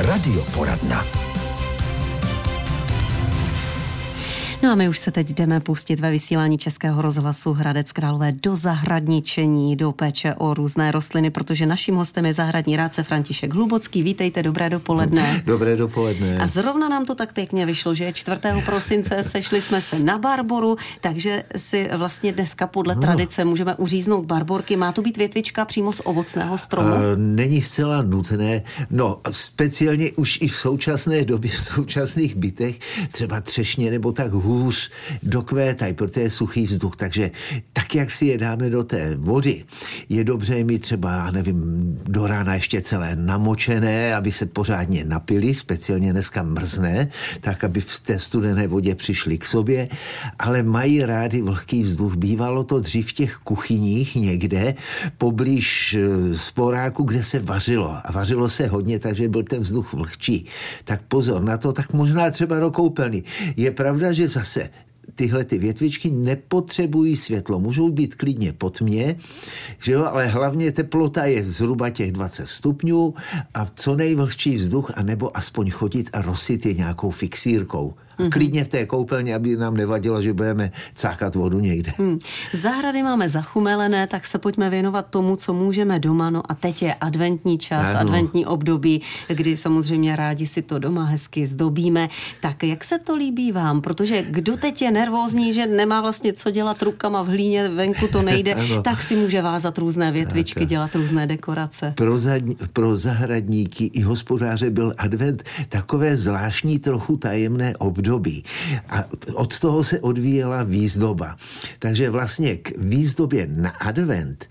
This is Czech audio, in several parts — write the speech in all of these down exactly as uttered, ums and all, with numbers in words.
Radioporadna. No a my už se teď jdeme pustit ve vysílání Českého rozhlasu Hradec Králové do zahradničení, do péče o různé rostliny, protože naším hostem je zahradní rádce František Hlubocký. Vítejte, dobré dopoledne. Dobré dopoledne. A zrovna nám to tak pěkně vyšlo, že čtvrtého prosince sešli jsme se na Barboru, takže si vlastně dneska podle no. tradice můžeme uříznout barborky. Má to být větvička přímo z ovocného stromu? Uh, není zcela nutné. No, speciálně už i v současné době, v současných bytech, třeba třešně nebo tak hůř dokvétají, protože je suchý vzduch, takže tak, jak si je dáme do té vody, je dobře je mít třeba, já nevím, do rána ještě celé namočené, aby se pořádně napili, speciálně dneska mrzne, tak, aby v té studené vodě přišli k sobě, ale mají rádi vlhký vzduch. Bývalo to dřív v těch kuchyních někde, poblíž sporáku, kde se vařilo. A vařilo se hodně, takže byl ten vzduch vlhčí. Tak pozor na to, tak možná třeba do koupelny. Je pravda, že zase tyhle ty větvičky nepotřebují světlo. Můžou být klidně pod mě, že jo, ale hlavně teplota je zhruba těch dvacet stupňů a co nejvlhčí vzduch, anebo aspoň chodit a rosit je nějakou fixírkou. Mm-hmm. Klidně v té koupelně, aby nám nevadilo, že budeme cákat vodu někde. Hmm. Zahrady máme zachumelené, tak se pojďme věnovat tomu, co můžeme doma. No a teď je adventní čas, ano. adventní období, kdy samozřejmě rádi si to doma hezky zdobíme. Tak jak se to líbí vám? Protože kdo teď je nervózní, že nemá vlastně co dělat rukama v hlíně, venku to nejde, tak si může vázat různé větvičky, tak. dělat různé dekorace. Pro, zadní, pro zahradníky i hospodáře byl advent takové zvláštní, trochu tajemné období. A od toho se odvíjela výzdoba. Takže vlastně k výzdobě na advent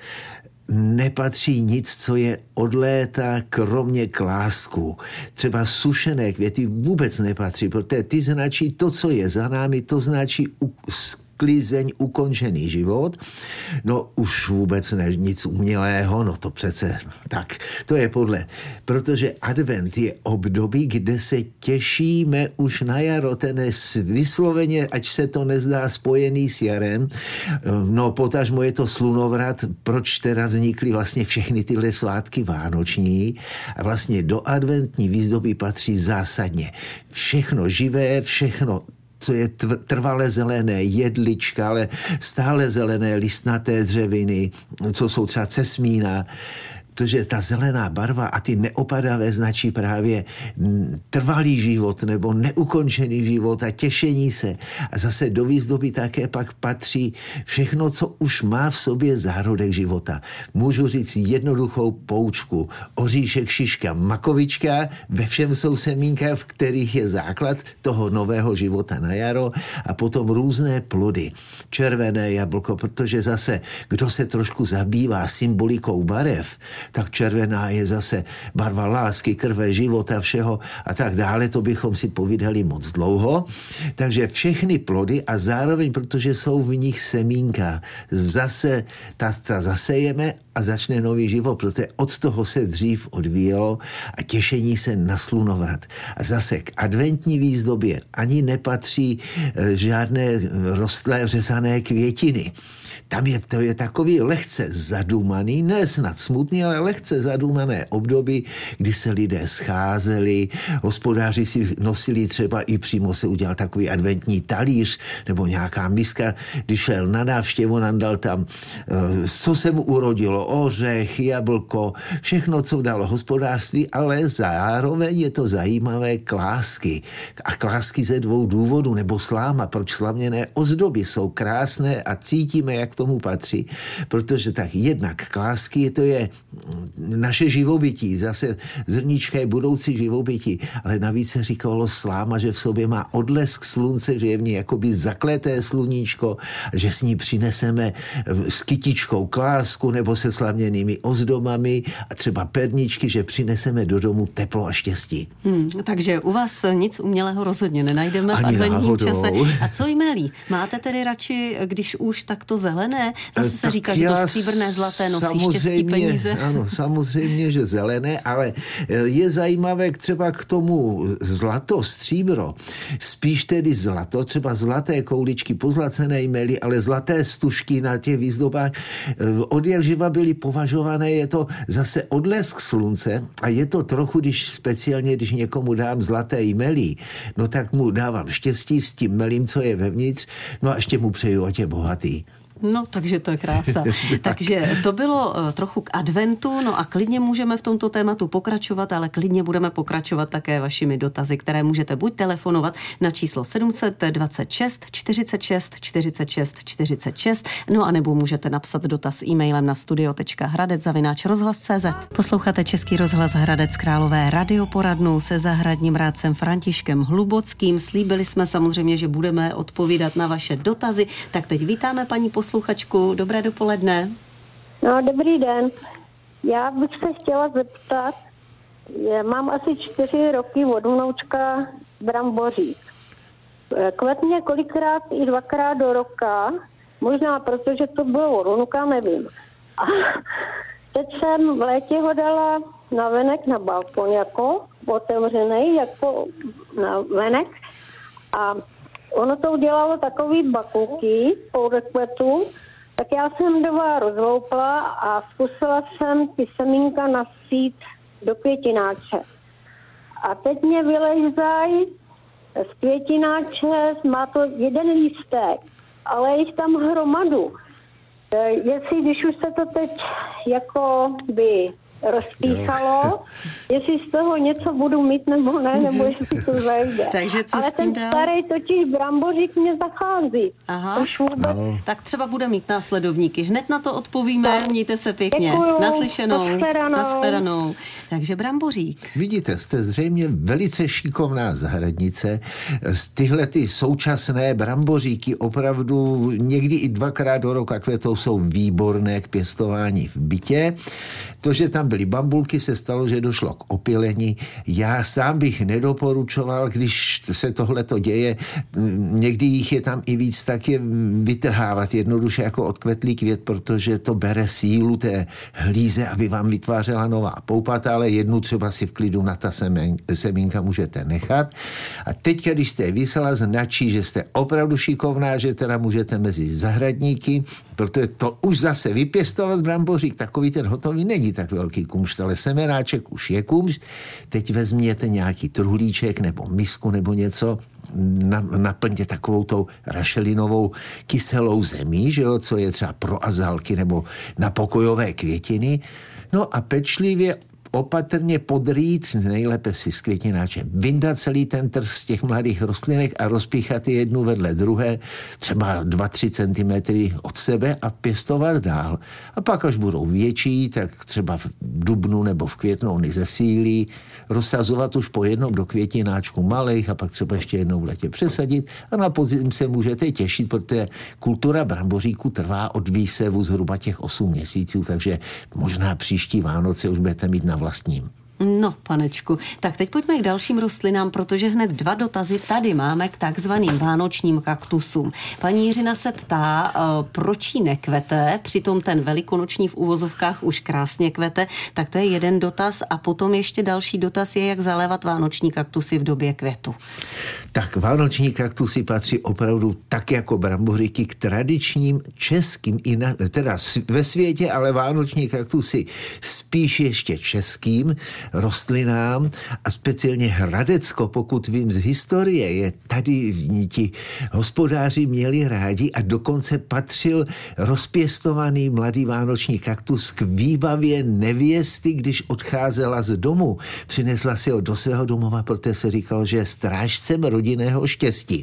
nepatří nic, co je od léta, kromě klásků. Třeba sušené květy vůbec nepatří, protože ty značí to, co je za námi, to značí u klizeň, ukončený život. No už vůbec ne, nic umělého, no to přece tak, to je podle. Protože advent je období, kde se těšíme už na jaro, ten je vysloveně, ať se to nezdá spojený s jarem, no potažmo je to slunovrat, proč teda vznikly vlastně všechny tyhle svátky vánoční a vlastně do adventní výzdoby patří zásadně všechno živé, všechno co je trvale zelené, jedlička, ale stále zelené listnaté dřeviny, co jsou třeba cesmína, protože ta zelená barva a ty neopadavé značí právě trvalý život nebo neukončený život a těšení se. A zase do výzdoby také pak patří všechno, co už má v sobě zárodek života. Můžu říct jednoduchou poučku. Oříšek, šiška, makovička, ve všem jsou semínka, v kterých je základ toho nového života na jaro a potom různé plody. Červené jablko, protože zase, kdo se trošku zabývá symbolikou barev, tak červená je zase barva lásky, krve, života, všeho a tak dále. To bychom si povídali moc dlouho. Takže všechny plody a zároveň, protože jsou v nich semínka, zase ta, ta zasejeme a začne nový život, protože od toho se dřív odvíjelo a těšení se na slunovrat. A zase k adventní výzdobě ani nepatří žádné rostlé řezané květiny. Tam je, to je takový lehce zadumaný, ne snad smutný, ale lehce zadumané období, kdy se lidé scházeli, hospodáři si nosili třeba i přímo se udělal takový adventní talíř nebo nějaká miska, když šel na návštěvu, nandal tam, co se mu urodilo, ořech, jablko, všechno, co dalo hospodářství, ale zároveň je to zajímavé klásky. A klásky ze dvou důvodů, nebo sláma, proč slaměné ozdoby jsou krásné a cítíme, jak tomu patří, protože tak jednak klásky, to je naše živobytí, zase zrníčka je budoucí živobytí, ale navíc se říkalo sláma, že v sobě má odlesk slunce, že je v ní jakoby zakleté sluníčko, že s ní přineseme s kytičkou klásku nebo se slaměnými ozdobami a třeba perničky, že přineseme do domu teplo a štěstí. Hmm, takže u vás nic umělého rozhodně nenajdeme ani v adventním náhodou. čase. A co jmelí? Máte tedy radši, když už takto zelené zelené? Zase se říká, že to stříbrné, zlaté nosí štěstí, peníze. Ano, samozřejmě, že zelené, ale je zajímavé třeba k tomu zlato, stříbro, spíš tedy zlato, třeba zlaté kouličky, pozlacené jmely, ale zlaté stužky na těch výzdobách od jak živa byly považované, je to zase odlesk slunce a je to trochu, když speciálně, když někomu dám zlaté jmelí, no tak mu dávám štěstí s tím melím, co je vevnitř, no a ještě mu přeju, ať je bohatý. No, takže to je krása. Takže to bylo uh, trochu k adventu, no a klidně můžeme v tomto tématu pokračovat, ale klidně budeme pokračovat také vašimi dotazy, které můžete buď telefonovat na číslo sedm set dvacet šest čtyřicet šest čtyřicet šest čtyřicet šest, no a nebo můžete napsat dotaz e-mailem na studio tečka hradec zavináč rozhlas tečka cé zet. Posloucháte Český rozhlas Hradec Králové radioporadnu se zahradním rádcem Františkem Hlubockým. Slíbili jsme samozřejmě, že budeme odpovídat na vaše dotazy, tak teď vítáme paní posluchačku. Dobré dopoledne. No, dobrý den. Já bych se chtěla zeptat, je, mám asi čtyři roky od vnoučka brambořík. Kvetně kolikrát i dvakrát do roka, možná protože to bylo od vnuka, nevím. A teď jsem v létě ho dala na venek na balkon, jako otevřený, jako na venek. A ono to udělalo takový bakulky podle kvetu, tak já jsem dva rozloupla a zkusila jsem ty semínka nasít do květináče. A teď mě vylezají z květináče, má to jeden lístek, ale je jich tam hromadu. Jestli, když už se to teď jako by rozpíchalo, jestli z toho něco budu mít nebo ne, nebo jestli to zajde. Takže co ale s tím ten dál? starý totiž brambořík mě zachází. Aha. Už vůbec... No. Tak třeba bude mít následovníky. Hned na to odpovíme, Tak. mějte se pěkně. Děkuju. Naslyšenou. Nashledanou. Nashledanou. Takže brambořík. Vidíte, jste zřejmě velice šikovná zahradnice. Z tyhle ty současné bramboříky opravdu někdy i dvakrát do roka kvetou jsou výborné k pěstování v bytě. To, že tam byly bambulky, se stalo, že došlo k opylení. Já sám bych nedoporučoval, když se tohleto děje, někdy jich je tam i víc, tak je vytrhávat jednoduše jako odkvetlý květ, protože to bere sílu té hlíze, aby vám vytvářela nová poupata, ale jednu třeba si v klidu na ta semínka můžete nechat. A teď, když jste je vysela, značí, že jste opravdu šikovná, že teda můžete mezi zahradníky, protože to už zase vypěstovat brambořík, takový ten hotový není tak velký kumšt, ale semenáček už je kumšt. Teď vezměte nějaký truhlíček nebo misku nebo něco, naplňte takovou tou rašelinovou kyselou zemí, že jo, co je třeba pro azalky nebo na pokojové květiny. No a pečlivě opatrně podrýt, nejlépe si z květináče vyndat celý ten trh z těch mladých rostlinek a rozpíchat je jednu vedle druhé, třeba dva tři centimetry od sebe a pěstovat dál. A pak, až budou větší, tak třeba v dubnu nebo v květnu oni zesílí, rozsazovat už po jednom do květináčku malých a pak třeba ještě jednou v letě přesadit a na podzim se můžete těšit, protože kultura bramboříku trvá od výsevu zhruba těch osm měsíců, takže možná příští Vánoce už budete mít na vlastním. No, panečku. Tak teď pojďme k dalším rostlinám, protože hned dva dotazy tady máme k takzvaným vánočním kaktusům. Paní Jiřina se ptá, proč jí nekvete, přitom ten velikonoční v uvozovkách už krásně kvete, tak to je jeden dotaz a potom ještě další dotaz je, jak zalévat vánoční kaktusy v době květu. Tak vánoční kaktusy patří opravdu tak jako bramboríky k tradičním českým, i na, teda ve světě, ale vánoční kaktusy spíš ještě českým rostlinám a speciálně Hradecko, pokud vím z historie, je tady ti hospodáři měli rádi a dokonce patřil rozpěstovaný mladý vánoční kaktus k výbavě nevěsty, když odcházela z domu. Přinesla si ho do svého domova, protože se říkalo, že je strážcem rodinného štěstí.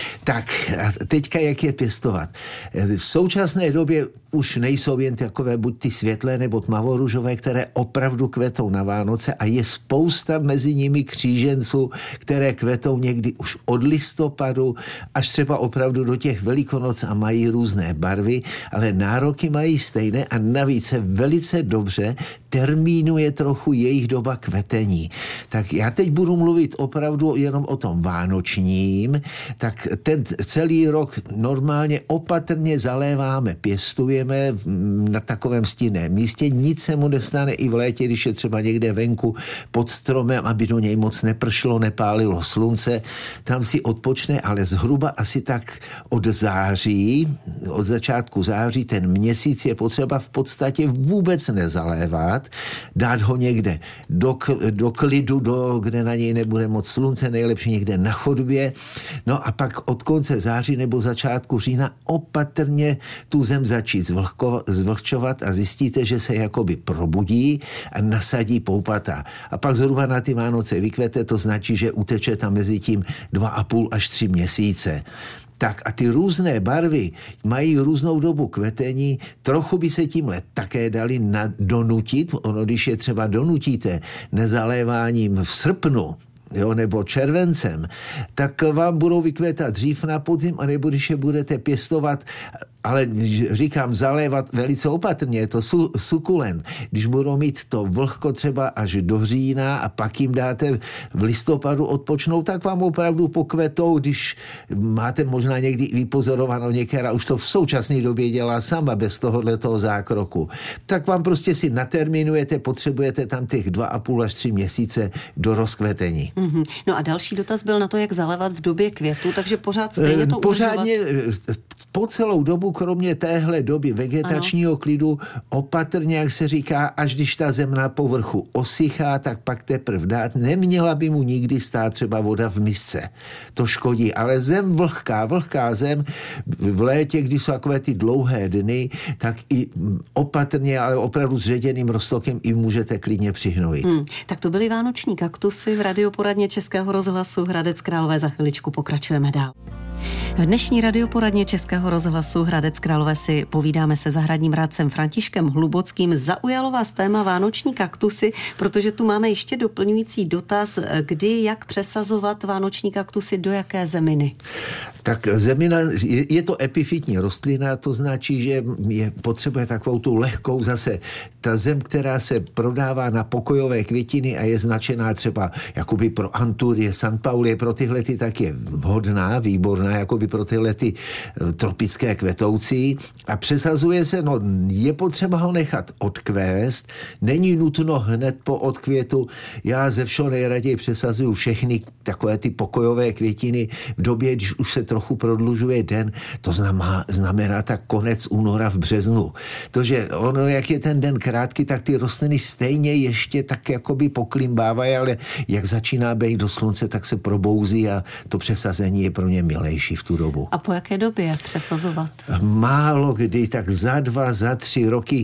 Tak a teďka jak je pěstovat? V současné době už nejsou jen takové buď ty světlé nebo tmavoružové, které opravdu kvetou na Vánoce a je spousta mezi nimi kříženců, které kvetou někdy už od listopadu až třeba opravdu do těch Velikonoc a mají různé barvy, ale nároky mají stejné a navíc se velice dobře termínuje trochu jejich doba kvetení. Tak já teď budu mluvit opravdu jenom o tom vánočním, tak ten celý rok normálně opatrně zaléváme, pěstujeme na takovém stinném místě, nic se mu nestane i v létě, když je třeba někde venku pod stromem, aby do něj moc nepršlo, nepálilo slunce, tam si odpočne, ale zhruba asi tak od září, od začátku září, ten měsíc je potřeba v podstatě vůbec nezalévat, dát ho někde do, do klidu, do, kde na něj nebude moc slunce, nejlepší někde na chodbě. No a pak od konce září nebo začátku října opatrně tu zem začít zvlhko, zvlhčovat a zjistíte, že se jakoby probudí a nasadí poupata. A pak zhruba na ty Vánoce vykvete, to značí, že uteče tam mezi tím dva a půl až tři měsíce. Tak a ty různé barvy mají různou dobu kvetení, trochu by se tímhle také dali na, donutit, ono když je třeba donutíte nezaléváním v srpnu, jo, nebo červencem, tak vám budou vykvétat dřív na podzim, anebo když je budete pěstovat, ale říkám, zalévat velice opatrně, je to su, sukulent. Když budou mít to vlhko třeba až do října a pak jim dáte v listopadu odpočnout, tak vám opravdu pokvetou, když máte možná někdy vypozorováno, některá už to v současné době dělá sama bez tohohletoho zákroku. Tak vám prostě si naterminujete, potřebujete tam těch dva a půl až tři měsíce do rozkvetení. Mm-hmm. No a další dotaz byl na to, jak zalévat v době květu, takže pořád stejně to Pořádně udržovat... po celou dobu, kromě téhle doby vegetačního ano. klidu, opatrně, jak se říká, až když ta zem na povrchu osychá, tak pak teprve dát. Neměla by mu nikdy stát třeba voda v misce. To škodí, ale zem vlhká, vlhká zem v létě, když jsou takové ty dlouhé dny, tak i opatrně, ale opravdu s ředěným roztokem i můžete klidně přihnojit. Hmm, tak to byly vánoční kaktusy v radioporadně Českého rozhlasu Hradec Králové. Za chviličku pokračujeme dál. V dnešní radioporadně Českého rozhlasu Hradec Králové si povídáme se zahradním rádcem Františkem Hlubockým. Zaujalo vás téma vánoční kaktusy, protože tu máme ještě doplňující dotaz, kdy, jak přesazovat vánoční kaktusy, do jaké zeminy? Tak zemina, je, je to epifytní rostlina, to značí, že je, potřebuje takovou tu lehkou zase, ta zem, která se prodává na pokojové květiny a je značená třeba jakoby pro Anturie, Sankt Paulie, pro tyhle ty tak je vhodná, výborná, jakoby pro tyhle ty tropické kvetoucí a přesazuje se, no je potřeba ho nechat odkvést, není nutno hned po odkvětu, já ze všeho nejraději přesazuju všechny takové ty pokojové květiny v době, když už se trochu prodlužuje den, to znamená, znamená tak konec února v březnu. To, že ono, jak je ten den krátký, tak ty rostliny stejně ještě tak jakoby poklimbávají, ale jak začíná být do slunce, tak se probouzí a to přesazení je pro ně milejší v tu dobu. A po jaké době přesazovat? Málo kdy, tak za dva, za tři roky.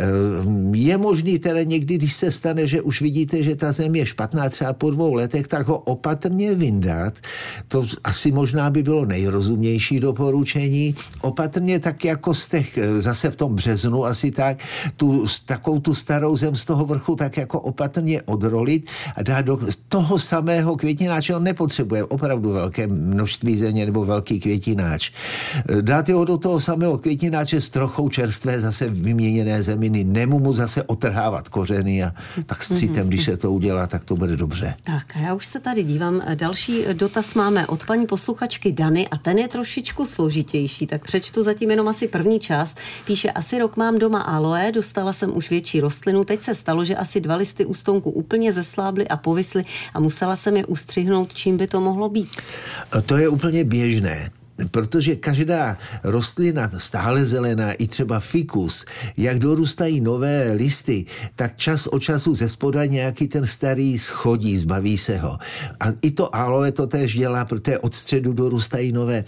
Je možný teda někdy, když se stane, že už vidíte, že ta zem je špatná třeba po dvou letech, tak ho opatrně vyndat. To asi možná by bylo nejrozumnější doporučení. Opatrně tak jako z těch, zase v tom březnu asi tak, tu, takovou tu starou zem z toho vrchu tak jako opatrně odrolit a dát do toho samého květináče. On nepotřebuje opravdu velké množství země nebo velký květináč. Dát ho do toho samého květináče s trochou čerstvé zase vyměněné zeminy. Nemu mu zase otrhávat kořeny a tak s citem, když se to udělá, tak to bude dobře. Tak a já už se tady dívám. Další dotaz máme od paní posluchačky Dany a ten je trošičku složitější, tak přečtu zatím jenom asi první část. Píše, asi rok mám doma aloe, dostala jsem už větší rostlinu, teď se stalo, že asi dva listy u stonku úplně zeslábly a povisly a musela jsem je ustřihnout, čím by to mohlo být? To je úplně běžné. Protože každá rostlina, stále zelená, i třeba fikus, jak dorůstají nové listy, tak čas od času ze spoda nějaký ten starý schodí, zbaví se ho. A i to aloe to též dělá, protože od středu dorůstají nové.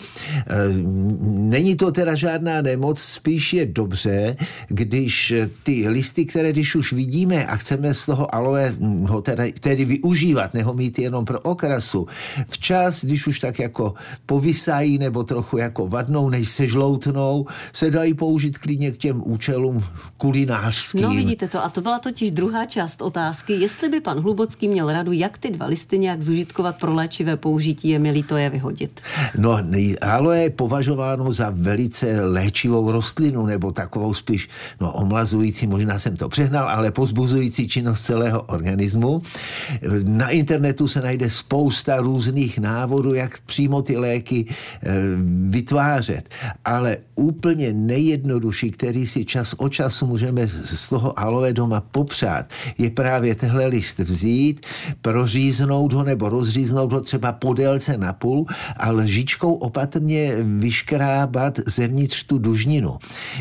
Není to teda žádná nemoc, spíš je dobře, když ty listy, které když už vidíme a chceme z toho aloe ho teda, tedy využívat, neho mít jenom pro okrasu, včas, když už tak jako povysají nebo nebo trochu jako vadnou, než se žloutnou, se dají použít klidně k těm účelům kulinářským. No vidíte to, a to byla totiž druhá část otázky. Jestli by pan Hlubocký měl radu, jak ty dva listy nějak zužitkovat pro léčivé použití, je milý to je vyhodit. No, aloe je považováno za velice léčivou rostlinu, nebo takovou spíš, no, omlazující, možná jsem to přehnal, ale pozbuzující činnost celého organismu. Na internetu se najde spousta různých návodů, jak přímo ty léky e, vytvářet. Ale úplně nejjednodušší, který si čas od času můžeme z toho aloe doma popřát, je právě tehle list vzít, proříznout ho nebo rozříznout ho třeba po délce na půl a lžičkou opatrně vyškrábat zevnitř tu dužninu.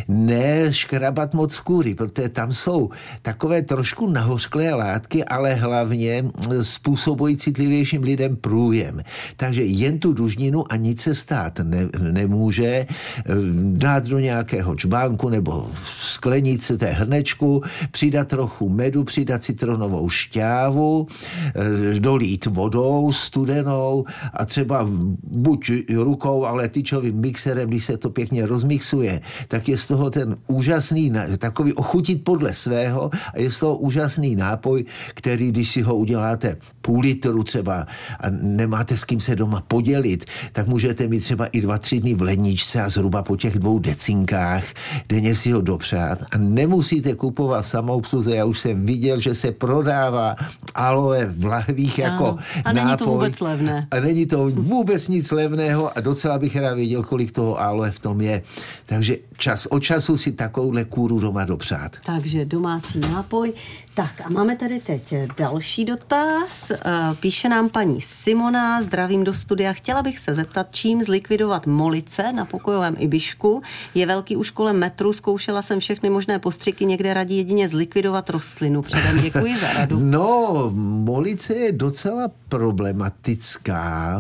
Ne škrabat moc kůry, protože tam jsou takové trošku nahořklé látky, ale hlavně způsobují citlivějším lidem průjem. Takže jen tu dužninu a nic se stát ne, nemůže. Dát do nějakého čbánku nebo sklenice, té hrnečku, přidat trochu medu, přidat citronovou šťávu, dolít vodou studenou a třeba buď rukou, ale tyčovým mixerem, když se to pěkně rozmixuje, tak je z toho ten úžasný, takový ochutit podle svého a je z toho úžasný nápoj, který, když si ho uděláte půl litru třeba a nemáte s kým se doma podělit, tak můžete mít třeba i dva, tři dny v ledničce a zhruba po těch dvou decinkách denně si ho dopřát a nemusíte kupovat samoobsluze. Já už jsem viděl, že se prodává aloe v lahvích jako ano. A nápoj. není to vůbec levné. A není to vůbec nic levného a docela bych rád věděl, kolik toho aloe v tom je. Takže čas od času si takovouhle kůru doma dopřát. Takže domácí nápoj. Tak a máme tady teď další dotaz. Píše nám paní Simona, zdravím do studia. Chtěla bych se zeptat, čím zlikvidovat molice na pokojovém ibišku. Je velký už kolem metru, zkoušela jsem všechny možné postřiky, někde radí jedině zlikvidovat rostlinu. Předem děkuji za radu. No, molice je docela problematická,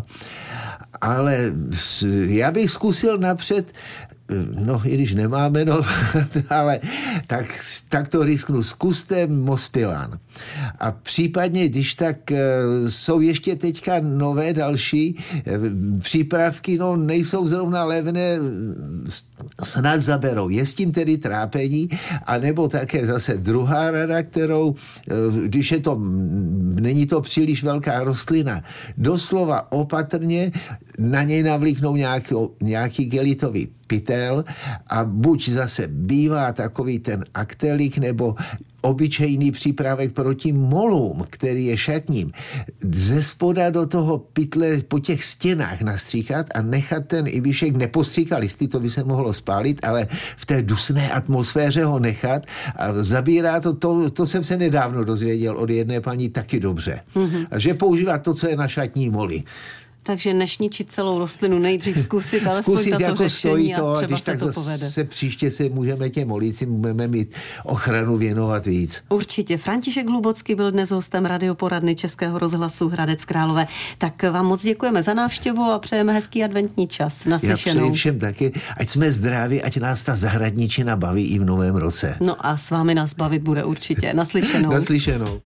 ale já bych zkusil napřed, no, i když nemáme, no, ale tak, tak to risknu. Zkuste Mospilan. A případně, když tak jsou ještě teďka nové další přípravky, no, nejsou zrovna levné, snad zaberou. Je s tím tedy trápení, anebo také zase druhá rada, kterou, když je to, není to příliš velká rostlina, doslova opatrně na něj navlíknou nějaký, nějaký gelitový pytel a buď zase bývá takový ten aktelik nebo obyčejný přípravek proti molům, který je šatním, ze spoda do toho pytle po těch stěnách nastříkat a nechat ten ibišek, nepostříkat listy, to by se mohlo spálit, ale v té dusné atmosféře ho nechat a zabírá to, to, to jsem se nedávno dozvěděl od jedné paní taky dobře. Mm-hmm. A že používá to, co je na šatní moli. Takže nešničit celou rostlinu, nejdřív zkusit, ale zkusit tato jako řešení to, a třeba když se tak to povede. Se příště se můžeme těm molicím, budeme mít ochranu věnovat víc. Určitě. František Hlubocký byl dnes hostem radioporadny Českého rozhlasu Hradec Králové. Tak vám moc děkujeme za návštěvu a přejeme hezký adventní čas. Naslyšenou. Já přeji všem taky, ať jsme zdraví, ať nás ta zahradničina baví i v novém roce. No a s vámi nás bavit bude určitě. Naslyšenou. Naslyšenou.